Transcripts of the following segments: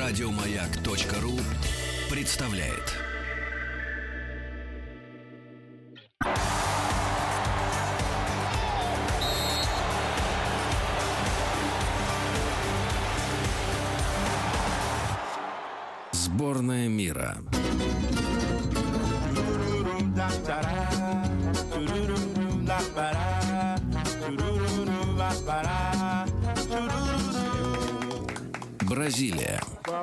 Радиомаяк.ру представляет. Сборная мира. Бразилия.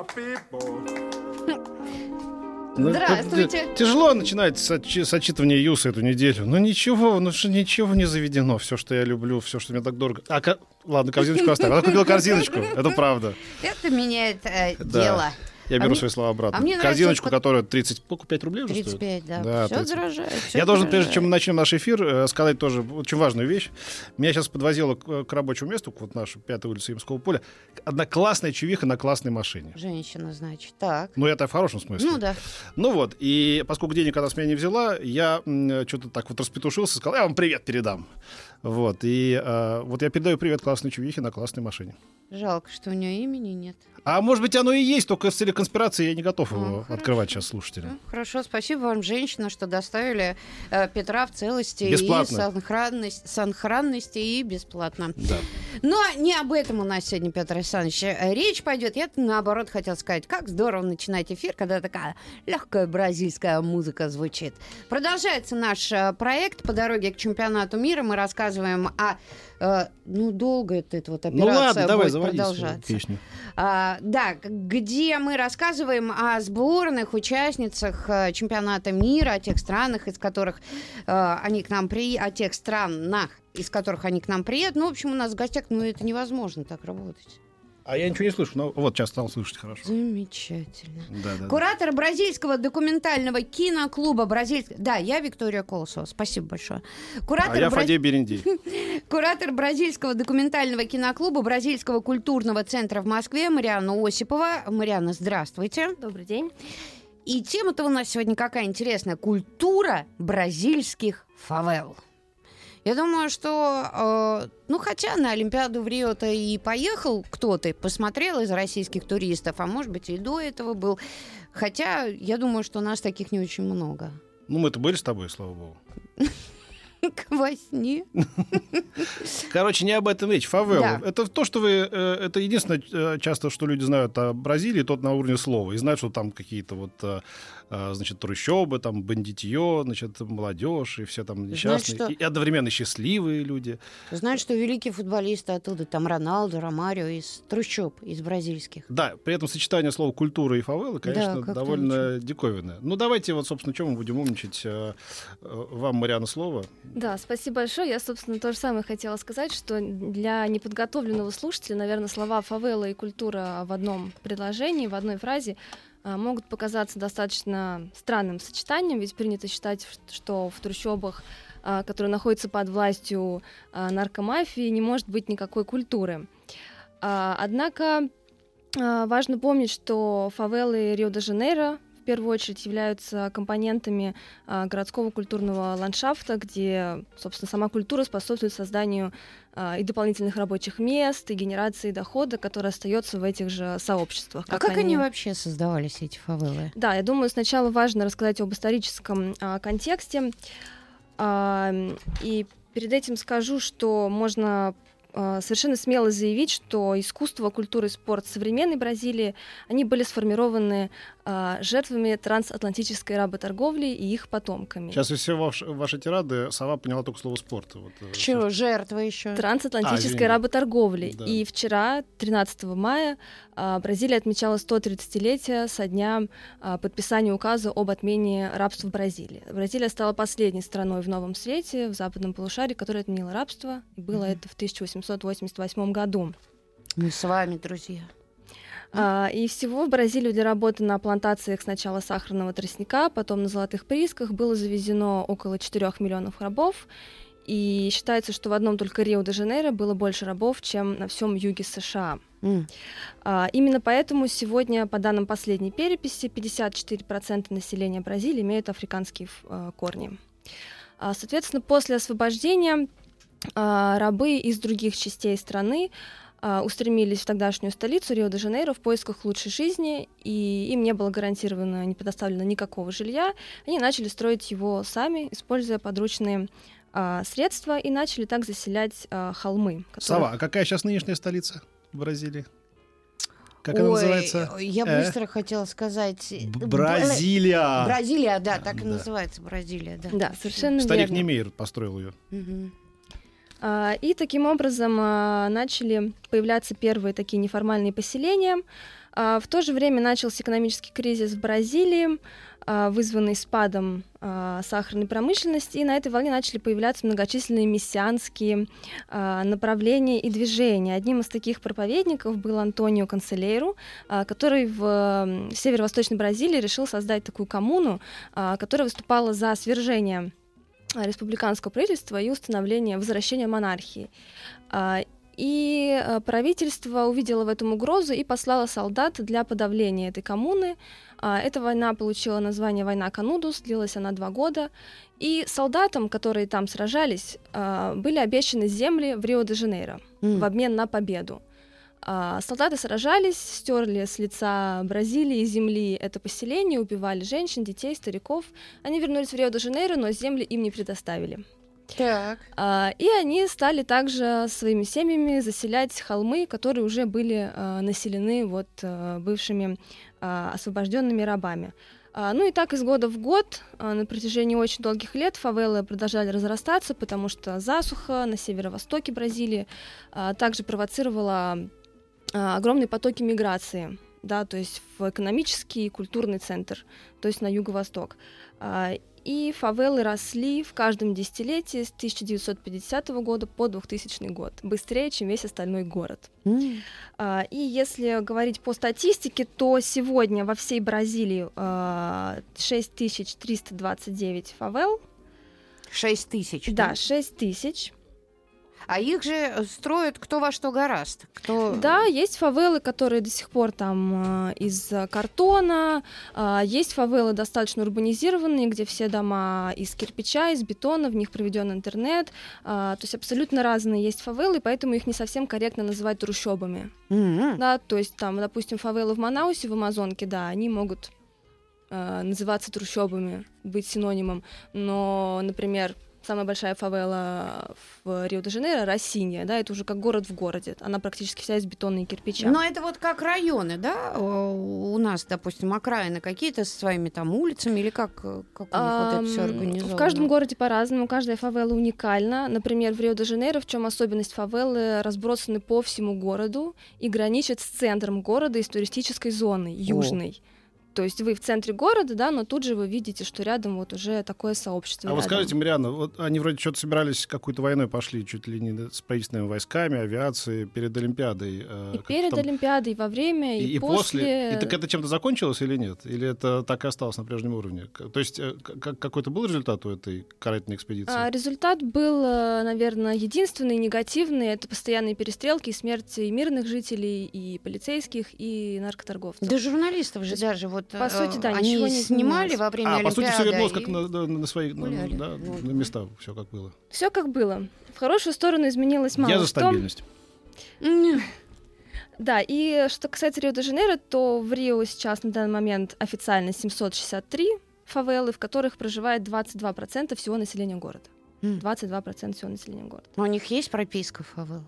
Здравствуйте. Тяжело начинать с отчитывания ЮСа эту неделю. Но ничего, ничего не заведено. Все, что я люблю, все, что мне так дорого. Ладно, корзиночку оставил. Она купила корзиночку, это правда. Это меняет дело. Я беру свои слова обратно. Корзиночку, которая 35 рублей уже стоит. 35, да. Все дорожает. Я должен, прежде чем мы начнем наш эфир, сказать тоже очень важную вещь. Меня сейчас подвозила к рабочему месту, вот наша 5-я улица Ямского поля, одна классная чувиха на классной машине. Женщина, значит, так. Ну, это в хорошем смысле. Ну, да. Ну вот, и поскольку денег она с меня не взяла, я что-то так вот распетушился, сказал, я вам привет передам. Вот, и вот я передаю привет классной чувихе на классной машине. Жалко, что у нее имени нет. А может быть, оно и есть, только в целях конспирации я не готов его открывать сейчас слушателям. Хорошо, спасибо вам, женщина, что доставили Петра в целости бесплатно. И сохранности и бесплатно. Да. Но не об этом у нас сегодня, Петр Александрович, речь пойдет. Я наоборот хотел сказать, как здорово начинать эфир, когда такая легкая бразильская музыка звучит. Продолжается наш проект по дороге к чемпионату мира. Мы рассказываем о... долго эта вот операция будет продолжаться. Песню. Да, где мы рассказываем о сборных участницах чемпионата мира, о тех странах, из которых они к нам о тех странах, из которых они к нам приедут. Ну, в общем, у нас в гостях, это невозможно так работать. А я ничего не слышу, но вот сейчас стал слышать хорошо. Замечательно. Да. Куратор бразильского документального киноклуба Да, я Виктория Колосова. Спасибо большое. Я Фадей Берендей. Куратор бразильского документального киноклуба Бразильского культурного центра в Москве Марианна Осипова. Марианна, здравствуйте. Добрый день. И тема-то у нас сегодня какая интересная. Культура бразильских фавел. Я думаю, что, хотя на Олимпиаду в Рио-то и поехал кто-то, посмотрел из российских туристов, а может быть и до этого был. Хотя я думаю, что нас таких не очень много. Мы-то были с тобой, слава богу. Во сне. Короче, не об этом речь. Фавелы. Да. Это то, что это единственное часто, что люди знают о Бразилии, тот на уровне слова. И знают, что там какие-то трущобы, там бандитье, молодежь, и все там несчастные. И одновременно счастливые люди. Знают, что великие футболисты оттуда, там Роналду, Ромарио, из трущоб, из бразильских. Да, при этом сочетание слова культура и фавелы, конечно, довольно диковинное. Давайте, собственно, чем мы будем умничать. Вам, Марианна, слово. Да, спасибо большое. Я, собственно, то же самое хотела сказать, что для неподготовленного слушателя, наверное, слова фавела и культура в одном предложении, в одной фразе могут показаться достаточно странным сочетанием, ведь принято считать, что в трущобах, которые находятся под властью наркомафии, не может быть никакой культуры. Однако важно помнить, что фавелы Рио-де-Жанейро в первую очередь являются компонентами городского культурного ландшафта, где, собственно, сама культура способствует созданию и дополнительных рабочих мест, и генерации дохода, который остается в этих же сообществах. А как они вообще создавались, эти фавелы? Да, я думаю, сначала важно рассказать об историческом контексте. И перед этим скажу, что можно совершенно смело заявить, что искусство, культура и спорт современной Бразилии, они были сформированы жертвами трансатлантической работорговли и их потомками. Сейчас из все ваши тирады сова поняла только слово «спорт». Чего? Жертва еще? Трансатлантической работорговли. Да. И вчера, 13 мая, Бразилия отмечала 130-летие со дня подписания указа об отмене рабства в Бразилии. Бразилия стала последней страной в Новом Свете, в западном полушарии, которая отменила рабство. И было это в 1888 году. Мы с вами, друзья. И всего в Бразилию для работы на плантациях сначала сахарного тростника, потом на золотых приисках было завезено около 4 миллионов рабов. И считается, что в одном только Рио-де-Жанейро было больше рабов, чем на всем юге США. Именно поэтому сегодня, по данным последней переписи, 54% населения Бразилии имеют африканские корни. Соответственно, после освобождения рабы из других частей страны устремились в тогдашнюю столицу Рио-де-Жанейро в поисках лучшей жизни, и им не было гарантировано, не предоставлено никакого жилья. Они начали строить его сами, используя подручные средства, и начали так заселять холмы. Сова, а какая сейчас нынешняя столица Бразилии? Как она называется? Я быстро хотела сказать... Бразилия! Бразилия, да, так и называется Бразилия. Да, совершенно верно. Старик Немейр построил ее. И таким образом начали появляться первые такие неформальные поселения. В то же время начался экономический кризис в Бразилии, вызванный спадом сахарной промышленности, и на этой волне начали появляться многочисленные мессианские направления и движения. Одним из таких проповедников был Антонио Канцелейру, который в северо-восточной Бразилии решил создать такую коммуну, которая выступала за свержение республиканского правительства и установление, возвращение монархии. И правительство увидело в этом угрозу и послало солдат для подавления этой коммуны. Эта война получила название «Война Канудус», длилась она 2 года. И солдатам, которые там сражались, были обещаны земли в Рио-де-Жанейро в обмен на победу. Солдаты сражались, стерли с лица Бразилии и земли это поселение, убивали женщин, детей, стариков. Они вернулись в Рио-де-Жанейро, но земли им не предоставили. Так. И они стали также своими семьями заселять холмы, которые уже были населены бывшими освобожденными рабами. Ну и так из года в год на протяжении очень долгих лет фавелы продолжали разрастаться, потому что засуха на северо-востоке Бразилии также провоцировала огромные потоки миграции, да, то есть в экономический и культурный центр, то есть на юго-восток. И фавелы росли в каждом десятилетии с 1950 года по 2000 год, быстрее, чем весь остальной город. И если говорить по статистике, то сегодня во всей Бразилии 6329 фавел. 6 тысяч? Да, 6 тысяч. А их же строят кто во что гораст. Да, есть фавелы, которые до сих пор там из картона, есть фавелы достаточно урбанизированные, где все дома из кирпича, из бетона, в них проведен интернет, то есть абсолютно разные есть фавелы, поэтому их не совсем корректно называть трущобами. Да, то есть там, допустим, фавелы в Манаусе, в Амазонке, да, они могут называться трущобами, быть синонимом, но, например, самая большая фавела в Рио-де-Жанейро — Россинья, да, это уже как город в городе, она практически вся из бетона и кирпича. Но это вот как районы, да, у нас, допустим, окраины какие-то со своими там улицами, или как у них вот это все организовано? В каждом городе по-разному, каждая фавела уникальна. Например, в Рио-де-Жанейро, в чем особенность фавелы, разбросаны по всему городу и граничат с центром города и с туристической зоной, южной. То есть вы в центре города, да, но тут же вы видите, что рядом вот уже такое сообщество. А вот скажите, Марианна, вот они вроде что-то собирались, какой-то войной пошли, чуть ли не с правительственными войсками, авиацией перед Олимпиадой. И перед Олимпиадой, и во время, и после. И так это чем-то закончилось или нет? Или это так и осталось на прежнем уровне? То есть какой-то был результат у этой карательной экспедиции? Результат был, наверное, единственный, негативный. Это постоянные перестрелки и смерти и мирных жителей, и полицейских, и наркоторговцев. Да журналистов же даже вот по сути, да, они ничего не снимали во время Олимпиады. По сути, все вернулось как на свои на места, все как было. Все как было. В хорошую сторону изменилось мало. Я за стабильность. Да, и что касается Рио-де-Жанейро, то в Рио сейчас на данный момент официально 763 фавелы, в которых проживает 22% всего населения города. 22% всего населения города. Но у них есть прописка в фавелах?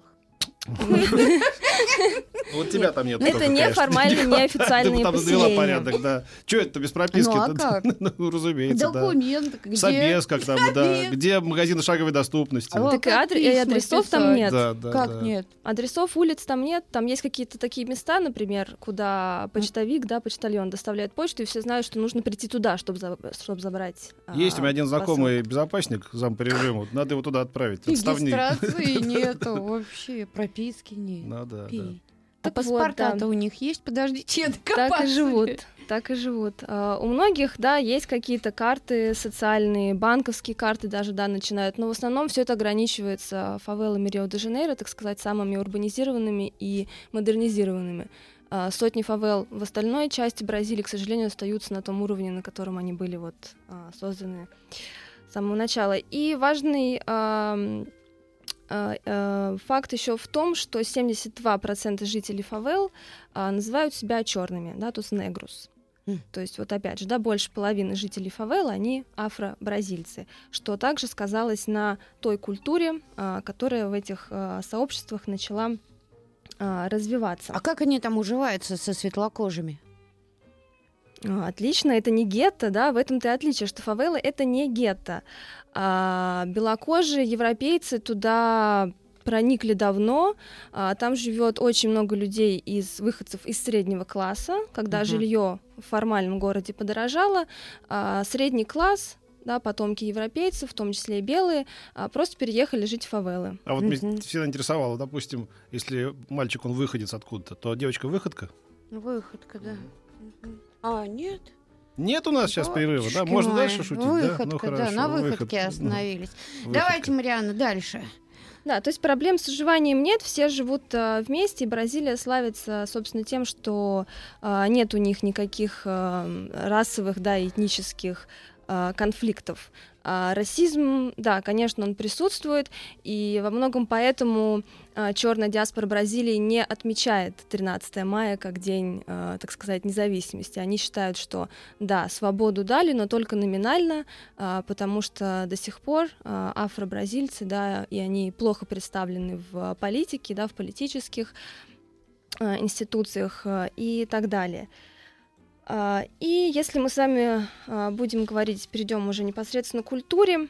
Вот тебя там нет. Это неформальные, неофициальные поселения. Ты там навела порядок, да. Чё это без прописки? Ну, а как? Ну, разумеется, да. Документ где? Собес, как там, да. Где магазины шаговой доступности? Так и адресов там нет. Как нет? Адресов улиц там нет. Там есть какие-то такие места, например, куда почтовик, да, почтальон доставляет почту, и все знают, что нужно прийти туда, чтобы забрать. Есть у меня один знакомый безопасник, зам по режиму. Надо его туда отправить. Регистрации нету вообще, прописки нет. Надо, да. А паспорта-то у них есть? Подождите, я докопаться. Так и живут. У многих, да, есть какие-то карты социальные, банковские карты даже, да, начинают, но в основном все это ограничивается фавелами Рио-де-Жанейро, так сказать, самыми урбанизированными и модернизированными. Сотни фавел в остальной части Бразилии, к сожалению, остаются на том уровне, на котором они были созданы с самого начала. И важный факт еще в том, что 72% жителей фавел называют себя черными, да, то есть негрус. То есть вот опять же, да, больше половины жителей фавел, они афро-бразильцы, что также сказалось на той культуре, которая в этих сообществах начала развиваться. А как они там уживаются со светлокожими? Отлично, это не гетто, да, в этом-то и отличие, что фавелы — это не гетто. Белокожие европейцы туда проникли давно, там живет очень много людей выходцев из среднего класса, когда жилье в формальном городе подорожало, средний класс, да, потомки европейцев, в том числе и белые, просто переехали жить в фавелы. А вот меня всегда интересовало, допустим, если мальчик, он выходец откуда-то, то девочка выходка? Выходка, да. Нет? Нет у нас сейчас перерыва, да? Можно дальше шутить? Выходка, да? Ну, хорошо, на выходке остановились. Давайте, Марианна, дальше. Да, то есть проблем с уживанием нет, все живут вместе, и Бразилия славится, собственно, тем, что нет у них никаких расовых, да, этнических конфликтов. Расизм, да, конечно, он присутствует, и во многом поэтому черная диаспора Бразилии не отмечает 13 мая как день, так сказать, независимости. Они считают, что, да, свободу дали, но только номинально, потому что до сих пор афро-бразильцы, да, и они плохо представлены в политике, да, в политических институциях и так далее. И если мы с вами будем говорить, перейдем уже непосредственно к культуре,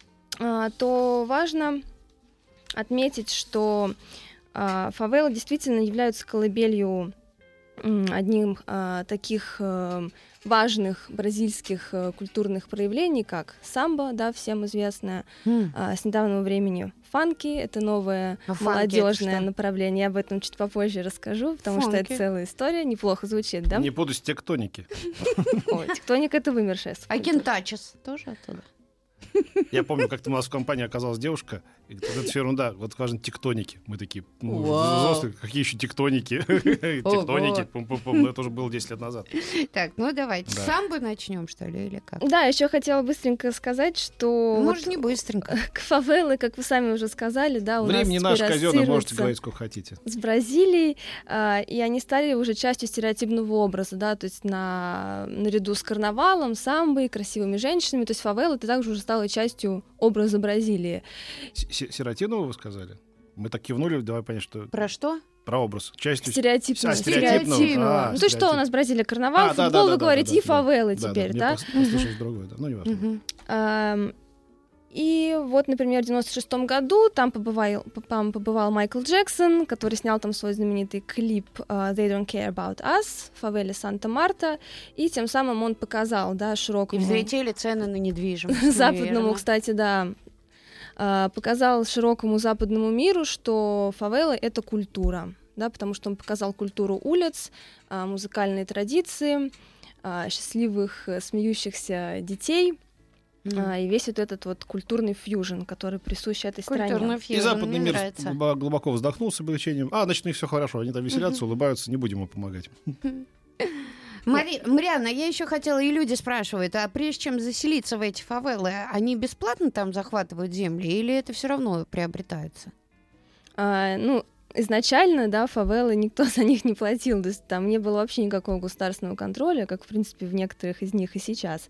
то важно отметить, что фавелы действительно являются колыбелью одним таких важных бразильских культурных проявлений, как самбо, да, всем известное, с недавнего времени фанки, это новое молодежное направление, я об этом чуть попозже расскажу, потому что это целая история, неплохо звучит, да? Не буду с тектоники. Ой, тектоник — это вымершая субкультура. А кентачес тоже оттуда? Я помню, как-то у нас в компании оказалась девушка, и говорит, это все ерунда, вот важно тектоники. Мы такие, взрослые, какие еще тектоники? Тектоники, пум-пум-пум, это уже было 10 лет назад. Так, ну давайте, с самбо начнем, что ли, или как? Да, еще хотела быстренько сказать, что... Может, не быстренько. К фавелы, как вы сами уже сказали, да, у нас времени наш казенный, можете говорить, сколько хотите. С Бразилией, и они стали уже частью стереотипного образа, да, то есть наряду с карнавалом, самбой, красивыми женщинами, то есть фавела это также уже стала частью образа Бразилии. Стереотипного вы сказали? Мы так кивнули, давай понять, что... Про что? Про образ. Частью... Стереотипного. Стереотипного. Ну, то есть что у нас Бразилия? Карнавал, футбол, вы говорите, и фавелы теперь, да? Послушать другое, да, ну не важно. И вот, например, в 96-м году там побывал Майкл Джексон, который снял там свой знаменитый клип «They Don't Care About Us» в фавеле Санта-Марта, и тем самым он показал, да, широкому... И взлетели цены на недвижимость. Западному, кстати, да, показал широкому западному миру, что фавела — это культура, да, потому что он показал культуру улиц, музыкальные традиции, счастливых, смеющихся детей, и весь вот этот вот культурный фьюжн, который присущ этой стране. И западный мир глубоко вздохнул с облегчением. Значит, у них все хорошо, они там веселятся, улыбаются, не будем им помогать. Марианна, я еще хотела, и люди спрашивают, а прежде чем заселиться в эти фавелы, они бесплатно там захватывают земли или это все равно приобретается? Изначально, да, фавелы никто за них не платил, то есть там не было вообще никакого государственного контроля, как, в принципе, в некоторых из них и сейчас.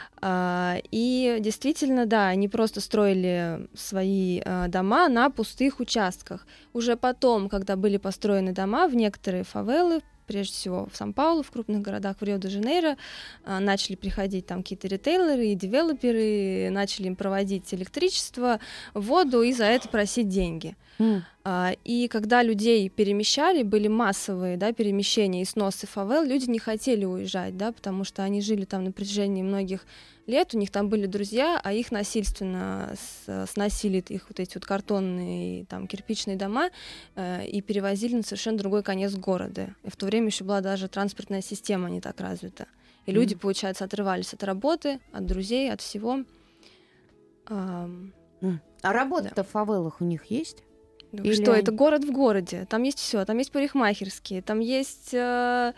И действительно, да, они просто строили свои дома на пустых участках. Уже потом, когда были построены дома в некоторые фавелы, прежде всего в Сан-Паулу, в крупных городах, в Рио-де-Жанейро, начали приходить там какие-то ритейлеры и девелоперы, начали им проводить электричество, воду и за это просить деньги. И когда людей перемещали, были массовые, да, перемещения и сносы фавел, люди не хотели уезжать, да, потому что они жили там на протяжении многих лет, у них там были друзья, а их насильственно сносили их вот эти вот картонные там кирпичные дома и перевозили на совершенно другой конец города. И в то время еще была даже транспортная система не так развита. И люди, получается, отрывались от работы, от друзей, от всего. А работа-то в фавелах у них есть? Что это город в городе, там есть все, там есть парикмахерские, там есть все,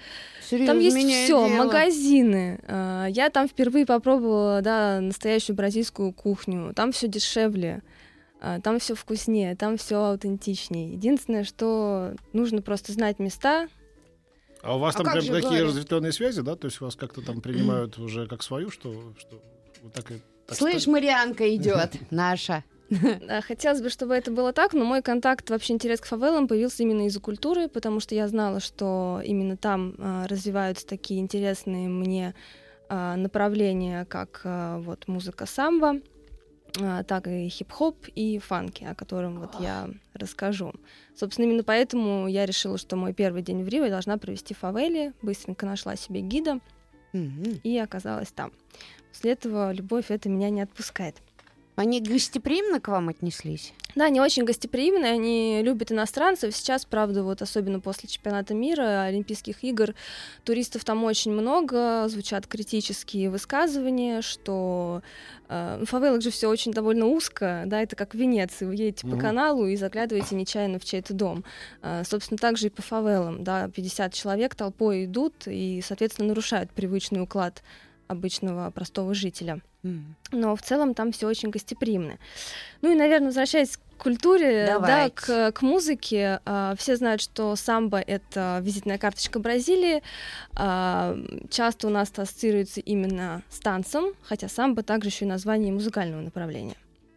магазины. Я там впервые попробовала, да, настоящую бразильскую кухню, там все дешевле. там все вкуснее, там все аутентичнее. Единственное, что нужно просто знать места. А у вас там как прям же такие говорят? разветвленные связи, да? То есть вас как-то там принимают уже как свою, что вот так и... так Слышь, стали? Марианка идет наша. Хотелось бы, чтобы это было так, но мой контакт, вообще интерес к фавелам появился именно из-за культуры, потому что я знала, что именно там развиваются такие интересные мне направления, как вот музыка самбо, так и хип-хоп и фанки, о котором вот я расскажу. Собственно, именно поэтому я решила, что мой первый день в Рио я должна провести в фавеле, быстренько нашла себе гида и оказалась там. После этого любовь эта меня не отпускает. Они гостеприимно к вам отнеслись? Да, они очень гостеприимные, они любят иностранцев. Сейчас, правда, вот особенно после чемпионата мира, Олимпийских игр, туристов там очень много, звучат критические высказывания, что в фавелах же все очень довольно узко, да, это как в Венеции, вы едете по каналу и заглядываете нечаянно в чей-то дом. Собственно, так же и по фавелам, да, 50 человек толпой идут и, соответственно, нарушают привычный уклад обычного простого жителя. Но в целом там все очень гостеприимно. Ну и, наверное, возвращаясь к культуре, да, к музыке, все знают, что самбо — это визитная карточка Бразилии. Часто у нас это ассоциируется именно с танцем, хотя самбо также еще и название музыкального направления.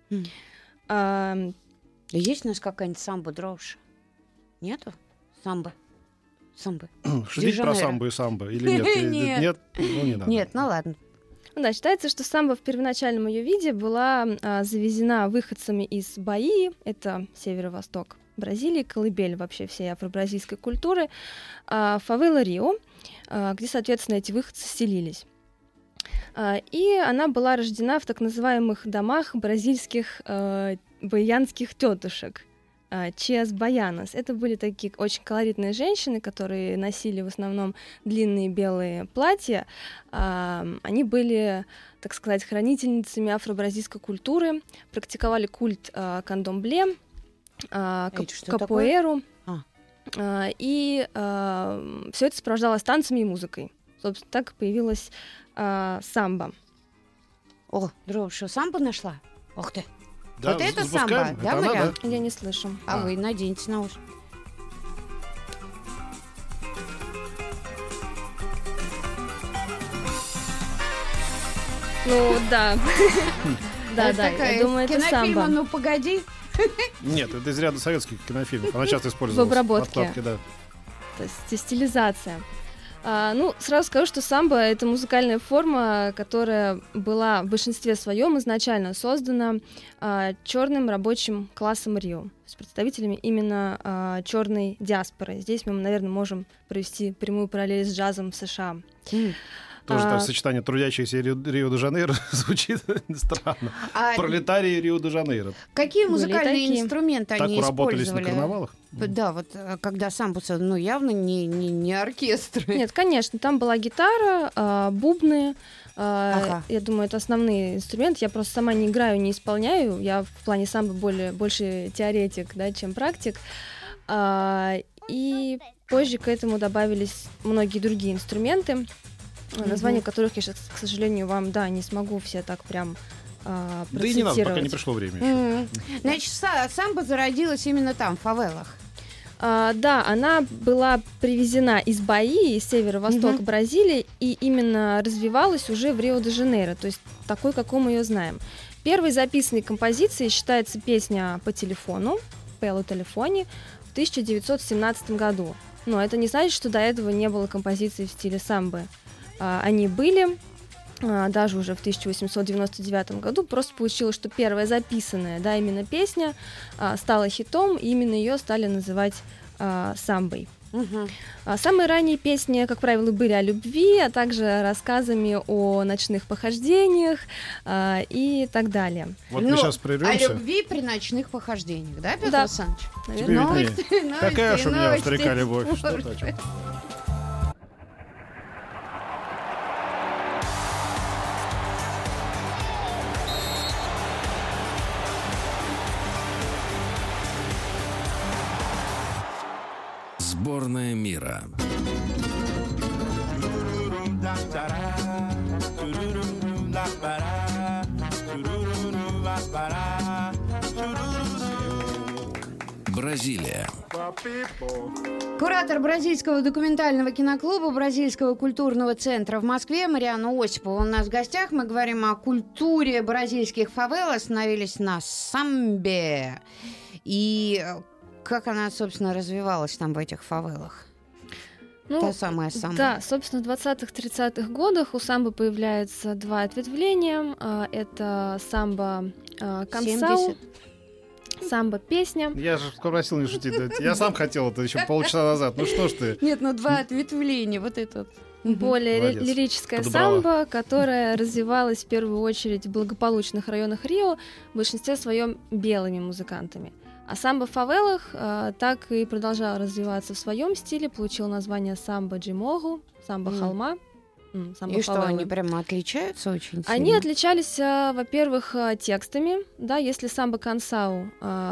Есть у нас какая-нибудь самбо-дроуша? Нету? Самбо. Шутить про самбо и самбо или нет? Нет. Ну, не надо. Нет, ну ладно. Да, считается, что самбо в первоначальном ее виде была завезена выходцами из Баии, это северо-восток Бразилии, колыбель вообще всей афро-бразильской культуры, фавела Рио, где, соответственно, эти выходцы селились. И она была рождена в так называемых домах бразильских баиянских тетушек. Чиас Баянос. Это были такие очень колоритные женщины, которые носили в основном длинные белые платья. Они были, так сказать, хранительницами афро-бразильской культуры, практиковали культ кандомбле, капоэру. И все это сопровождалось танцами и музыкой. Собственно, так и появилась самбо. О, Дроуша, самбо нашла? Ух ты! Да, вот это запускаем. самбо, да, Это она, Мариан? Я не слышу. А вы наденьте наушники. Ну, да. Да, такая я думаю, это кинофильма самбо. «Ну, погоди». Нет, это из ряда советских кинофильмов. Она часто использовалась. В обработке. Подкладки, да. То есть стилизация. Ну, сразу скажу, что самбо — это музыкальная форма, которая была в большинстве своем изначально создана черным рабочим классом Рио, с представителями именно черной диаспоры. Здесь мы, наверное, можем провести прямую параллель с джазом в США. Тоже так, сочетание трудящихся Рио-де-Жанейро звучит странно. Пролетарии Рио-де-Жанейро. Какие Были музыкальные такие. инструменты Так они уработались на использовали? карнавалах? Да, вот когда самбо, ну явно не оркестр. Нет, конечно, там была гитара, бубны. Ага. Я думаю, это основные инструменты. Я просто сама не играю, не исполняю. Я в плане самбо больше теоретик, да, чем практик. И позже к этому добавились многие другие инструменты, названия которых я сейчас, к сожалению, вам, не смогу все так прям процитировать. Да и не надо, пока не пришло время еще. Значит, самбо зародилась именно там, в фавелах. Да, она была привезена из Баии, из северо-востока Бразилии, и именно развивалась уже в Рио-де-Жанейро, то есть такой, какой мы ее знаем. Первой записанной композицией считается песня «По телефону», «Пелу телефоне» в 1917 году. Но это не значит, что до этого не было композиций в стиле самбо. Они были, даже уже в 1899 году. Просто получилось, что первая записанная, именно песня стала хитом, и именно ее стали называть самбой. Самые ранние песни, как правило, были о любви, а также рассказами о ночных похождениях и так далее. Вот мы сейчас О прервемся. любви при ночных похождениях, да, Петр Да. Александрович? Тебе Новости, виднее. новости, Какая же у меня у новости. старика любовь. Что-то о чем. Сборная мира. Tururu, Бразилия. Куратор Бразильского документального киноклуба Бразильского культурного центра в Москве Марианна Осипова у нас в гостях. Мы говорим о культуре бразильских фавел, остановились на самбе. И как она, собственно, развивалась там в этих фавелах? Та самая самба. Да, собственно, в 20-30-х годах у самбо появляется два ответвления. Это самбо кансау, самбо-песня. Я же попросил не шутить. Я сам хотел это еще полчаса назад. Ну что ж ты? Нет, два ответвления. Вот это вот. Более лирическая самбо, которая развивалась в первую очередь в благополучных районах Рио, в большинстве своем белыми музыкантами. А самбо в фавелах так и продолжала развиваться в своем стиле, получила название самбо джимогу, самбо холма. И что, они прямо отличаются очень сильно? Они отличались, во-первых, текстами. Да, если самбо кансау,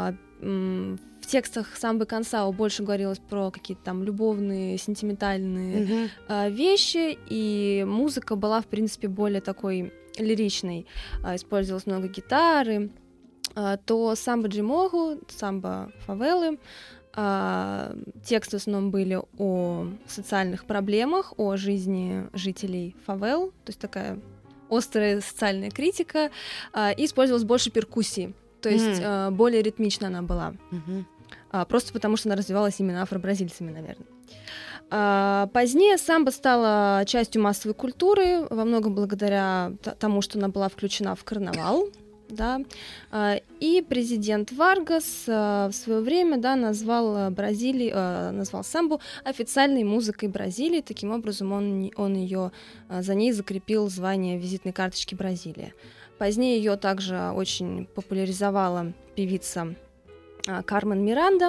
в текстах самбо кансау больше говорилось про какие-то там любовные, сентиментальные вещи, и музыка была, в принципе, более такой лиричной. Использовалось много гитары. То самбо джимогу, самбо фавелы, тексты в основном были о социальных проблемах, о жизни жителей фавел, то есть такая острая социальная критика, и использовалась больше перкуссии, то есть более ритмично она была, просто потому что она развивалась именно афро-бразильцами, наверное. Позднее самбо стала частью массовой культуры, во многом благодаря тому, что она была включена в карнавал. Да. И президент Варгас в свое время назвал самбу официальной музыкой Бразилии. Таким образом, он ее за ней закрепил звание визитной карточки Бразилии. Позднее ее также очень популяризовала певица Кармен Миранда.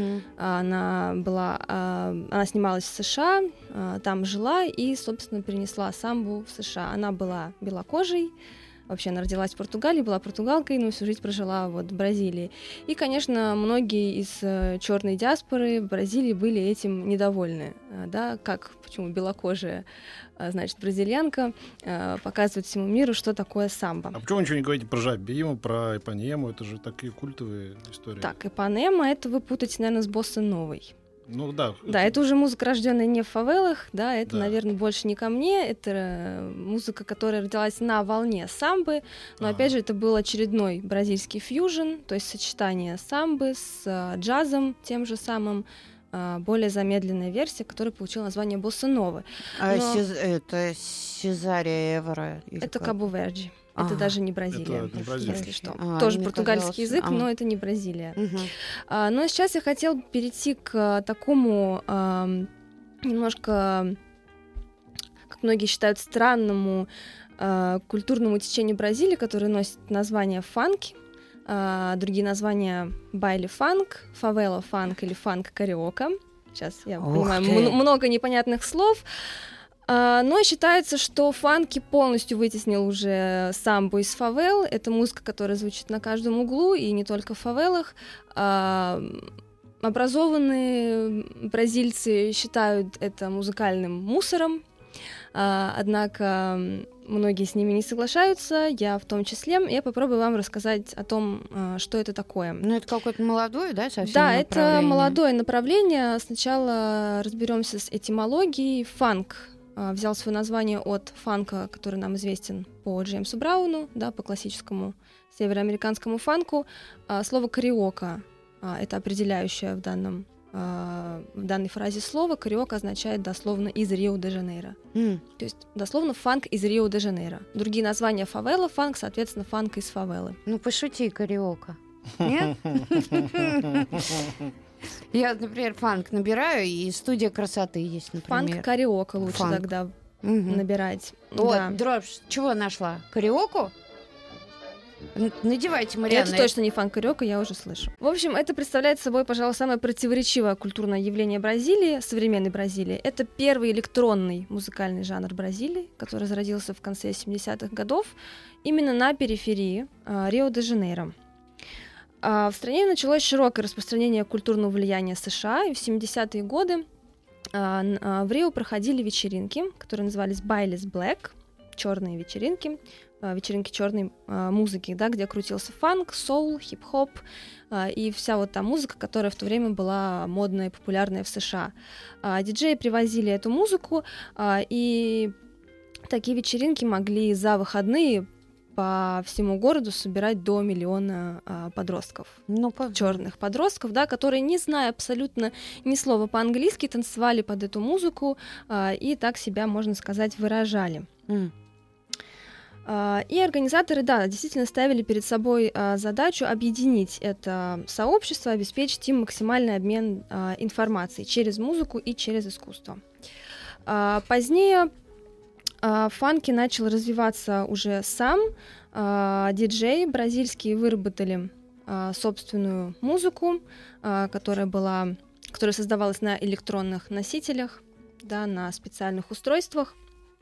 Она снималась в США, там жила и, собственно, перенесла самбу в США. Она была белокожей. Вообще, она родилась в Португалии, была португалкой, но всю жизнь прожила в Бразилии. И, конечно, многие из черной диаспоры в Бразилии были этим недовольны. Да? Почему белокожая, значит, бразильянка показывает всему миру, что такое самбо. А почему вы ничего не говорите про Жабиму, про Ипанему? Это же такие культовые истории. Так, Ипанема — это вы путаете, наверное, с босса-новой. Ну да. Да, это уже музыка, рожденная не в фавелах, да, это, наверное, больше не ко мне, это музыка, которая родилась на волне самбы, но, опять же, это был очередной бразильский фьюжн, то есть сочетание самбы с джазом тем же самым, более замедленная версия, которая получила название босса-новы. Это Сезария Эвера? Это Кабу-Верди. Это даже не Бразилия, это не Бразилия. если что. Тоже португальский язык, но это не Бразилия. Но сейчас я хотела перейти к такому немножко, как многие считают, странному культурному течению Бразилии, которое носит название фанки. Другие названия байли-фанк, фавела-фанк или фанк-кариока. Сейчас я понимаю много непонятных слов. Но считается, что фанки полностью вытеснил уже самбо из фавел. Это музыка, которая звучит на каждом углу, и не только в фавелах. Образованные бразильцы считают это музыкальным мусором, однако многие с ними не соглашаются, я в том числе. Я попробую вам рассказать о том, что это такое. Ну, это какое-то молодое, да, совсем Да, это молодое направление. Сначала разберемся с этимологией. Фанк взял свое название от фанка, который нам известен по Джеймсу Брауну, да, по классическому североамериканскому фанку. Слово «кариока» — это определяющее в данной фразе слово. «Кариока» означает дословно «из Рио-де-Жанейро». То есть дословно «фанк из Рио-де-Жанейро». Другие названия фавела, фанк, соответственно, фанк из фавелы. Ну, пошути, «кариока». Нет? Я, например, фанк набираю, и студия красоты есть, например. Фанк-кариока лучше тогда набирать. Вот, да. Дробш, чего нашла? Кариоку? Надевайте, Марианна. Это точно не фанк-кариока, я уже слышу. В общем, это представляет собой, пожалуй, самое противоречивое культурное явление Бразилии, современной Бразилии. Это первый электронный музыкальный жанр Бразилии, который зародился в конце 70-х годов, именно на периферии Рио-де-Жанейро. В стране началось широкое распространение культурного влияния США, и в 70-е годы в Рио проходили вечеринки, которые назывались «Байлес Блэк», черные вечеринки, вечеринки черной музыки, да, где крутился фанк, соул, хип-хоп и вся вот та музыка, которая в то время была модная и популярная в США. Диджеи привозили эту музыку, и такие вечеринки могли за выходные по всему городу собирать до 1 миллиона подростков, черных подростков, да, которые, не зная абсолютно ни слова по-английски, танцевали под эту музыку и так себя, можно сказать, выражали. И организаторы, да, действительно ставили перед собой задачу объединить это сообщество, обеспечить им максимальный обмен информацией через музыку и через искусство. Позднее фанки начал развиваться уже сам. Диджеи бразильские выработали собственную музыку, которая создавалась на электронных носителях, да, на специальных устройствах.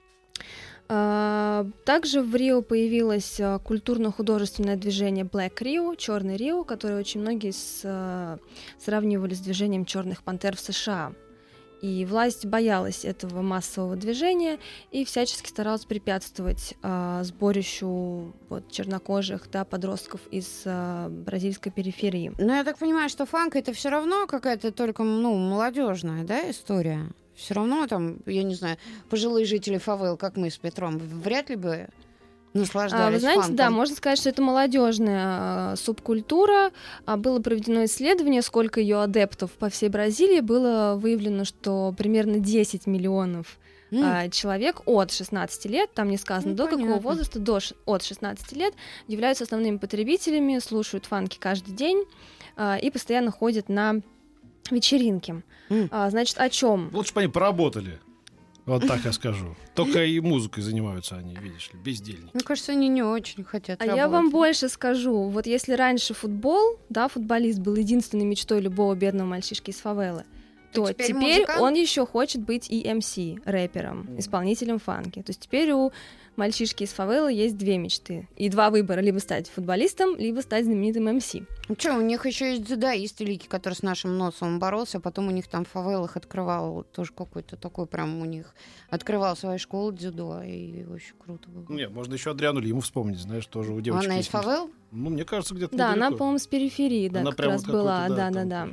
Также в Рио появилось культурно-художественное движение Black Rio, Черный Рио, которое очень многие сравнивали с движением Черных пантер в США. И власть боялась этого массового движения и всячески старалась препятствовать сборищу чернокожих, да, подростков из бразильской периферии. Но я так понимаю, что фанк — это все равно какая-то только молодежная, да, история? Все равно там, я не знаю, пожилые жители фавел, как мы с Петром, вряд ли бы наслаждались Вы знаете, фанком. да, можно сказать, что это молодежная субкультура. Было проведено исследование, сколько ее адептов по всей Бразилии. Было выявлено, что примерно 10 миллионов человек от 16 лет, там не сказано, до какого возраста, от 16 лет, являются основными потребителями, слушают фанки каждый день и постоянно ходят на вечеринки. Значит, о чем? Лучше бы они поработали. Вот так я скажу. Только и музыкой занимаются они, видишь ли, бездельники. Мне кажется, они не очень хотят работать. Я вам больше скажу. Вот если раньше футбол, да, футболист был единственной мечтой любого бедного мальчишки из фавелы, то теперь он еще хочет быть и MC, рэпером, исполнителем фанки. То есть теперь у мальчишки из фавелы есть 2 мечты и 2 выбора: либо стать футболистом, либо стать знаменитым MC. Ну что, у них еще есть дзюдоист великий, который с нашим носом боролся, а потом у них там в фавелах открывал тоже какой-то такой прям у них открывал свою школу дзюдо, и очень круто было. Нет, можно еще Адриану Лиму вспомнить, знаешь, тоже у девочки. Она из фавел? Ну, мне кажется, где-то Да, недалеко. она, по-моему, с периферии, да, она как раз была, да.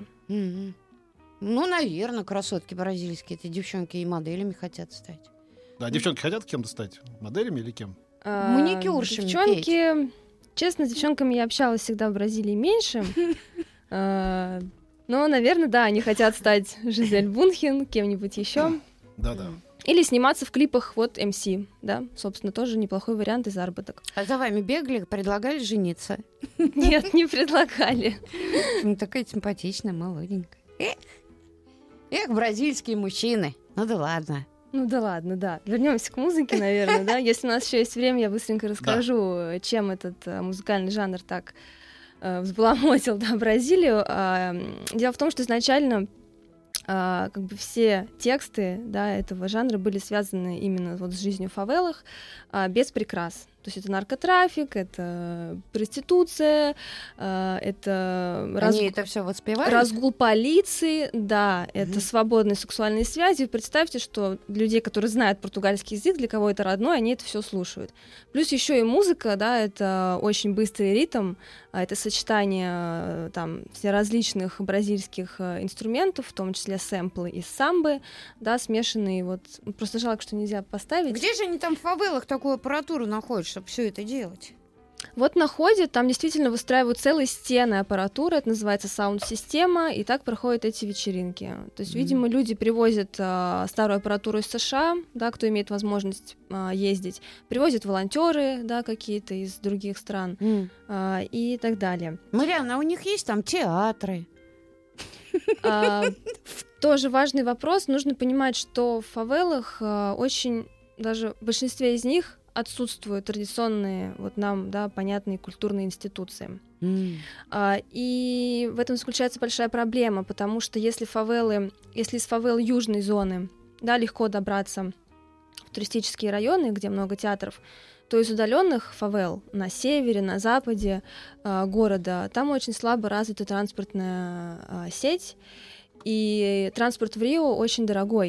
Ну, наверное, красотки бразильские, это девчонки и моделями хотят стать. Да, девчонки хотят кем-то стать? Моделями или кем? Маникюршами. Девчонки, честно, с девчонками я общалась всегда в Бразилии меньше. Но, наверное, да, они хотят стать Жизель Бунхен, кем-нибудь еще. Да. Или сниматься в клипах МС, да, собственно, тоже неплохой вариант и заработок. А за вами бегали, предлагали жениться? Нет, не предлагали. Ну, такая симпатичная, молоденькая. Эх, бразильские мужчины. Ну да ладно. Ну да ладно, да. Вернемся к музыке, наверное, да. Если у нас еще есть время, я быстренько расскажу, чем этот музыкальный жанр так взбаламутил, да, Бразилию. Дело в том, что изначально как бы все тексты, да, этого жанра были связаны именно вот с жизнью в фавелах, без прикрас. То есть это наркотрафик, это проституция, это это все воспевают? Разгул полиции, да, это свободные сексуальные связи. Представьте, что людей, которые знают португальский язык, для кого это родной, они это все слушают. Плюс еще и музыка, да, это очень быстрый ритм, это сочетание там различных бразильских инструментов, в том числе сэмплы из самбы, да, смешанные вот. Просто жалко, что нельзя поставить. Где же они там в фавелах такую аппаратуру находят, чтобы все это делать? Вот находят, там действительно выстраивают целые стены аппаратуры, это называется саунд-система, и так проходят эти вечеринки. То есть, видимо, люди привозят старую аппаратуру из США, да, кто имеет возможность ездить, привозят волонтеры, да, какие-то из других стран и так далее. Марианна, а у них есть там театры? Тоже важный вопрос. Нужно понимать, что в фавелах очень, даже в большинстве из них, отсутствуют традиционные, вот нам, да, понятные культурные институции. И в этом заключается большая проблема, потому что если из фавел южной зоны, да, легко добраться в туристические районы, где много театров, то из удаленных фавел на севере, на западе города, там очень слабо развита транспортная сеть, и транспорт в Рио очень дорогой.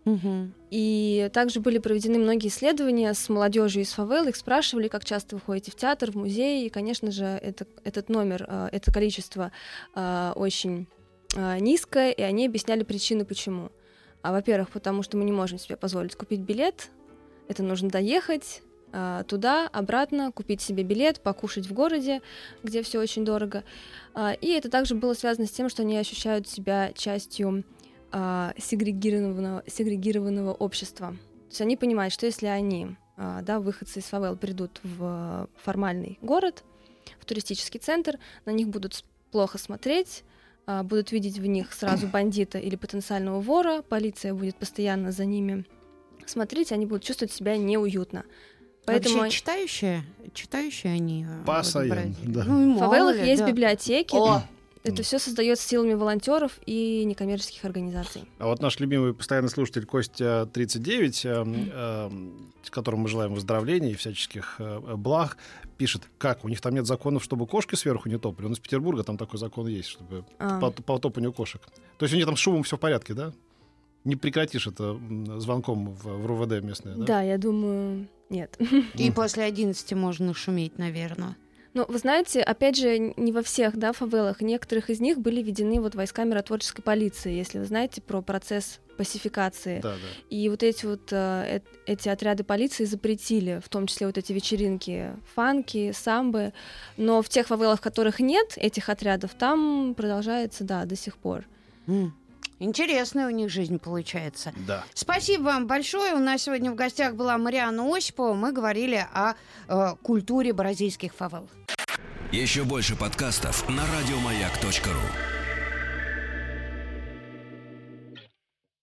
И также были проведены многие исследования с молодежью из фавел. Их спрашивали, как часто вы ходите в театр, в музей. И, конечно же, этот номер, это количество очень низкое, и они объясняли причины, почему. Во-первых, потому что мы не можем себе позволить купить билет. Это нужно доехать туда, обратно, купить себе билет, покушать в городе, где все очень дорого. И это также было связано с тем, что они ощущают себя частью сегрегированного общества. То есть они понимают, что если они, выходцы из фавел, придут в формальный город, в туристический центр, на них будут плохо смотреть, будут видеть в них сразу бандита или потенциального вора, полиция будет постоянно за ними смотреть, они будут чувствовать себя неуютно. Поэтому вообще читающие они. Постоянно, да. В фавелах есть библиотеки. Это все создается силами волонтеров и некоммерческих организаций. А вот наш любимый постоянный слушатель Костя 39, которому мы желаем выздоровления и всяческих благ, пишет, как у них там нет законов, чтобы кошки сверху не топали. У нас из Петербурга там такой закон есть, чтобы по топанию кошек. То есть у них там с шумом все в порядке, да? Не прекратишь это звонком в РУВД местное, да? Да, я думаю, нет. И после 11 можно шуметь, наверное. Ну, вы знаете, опять же, не во всех, фавелах, некоторых из них были введены войска миротворческой полиции, если вы знаете про процесс пасификации. Да. И эти отряды полиции запретили, в том числе эти вечеринки, фанки, самбы, но в тех фавелах, в которых нет этих отрядов, там продолжается, до сих пор. Интересная у них жизнь получается. Да. Спасибо вам большое. У нас сегодня в гостях была Марианна Осипова. Мы говорили о культуре бразильских фавел. Еще больше подкастов на радиомаяк.ру.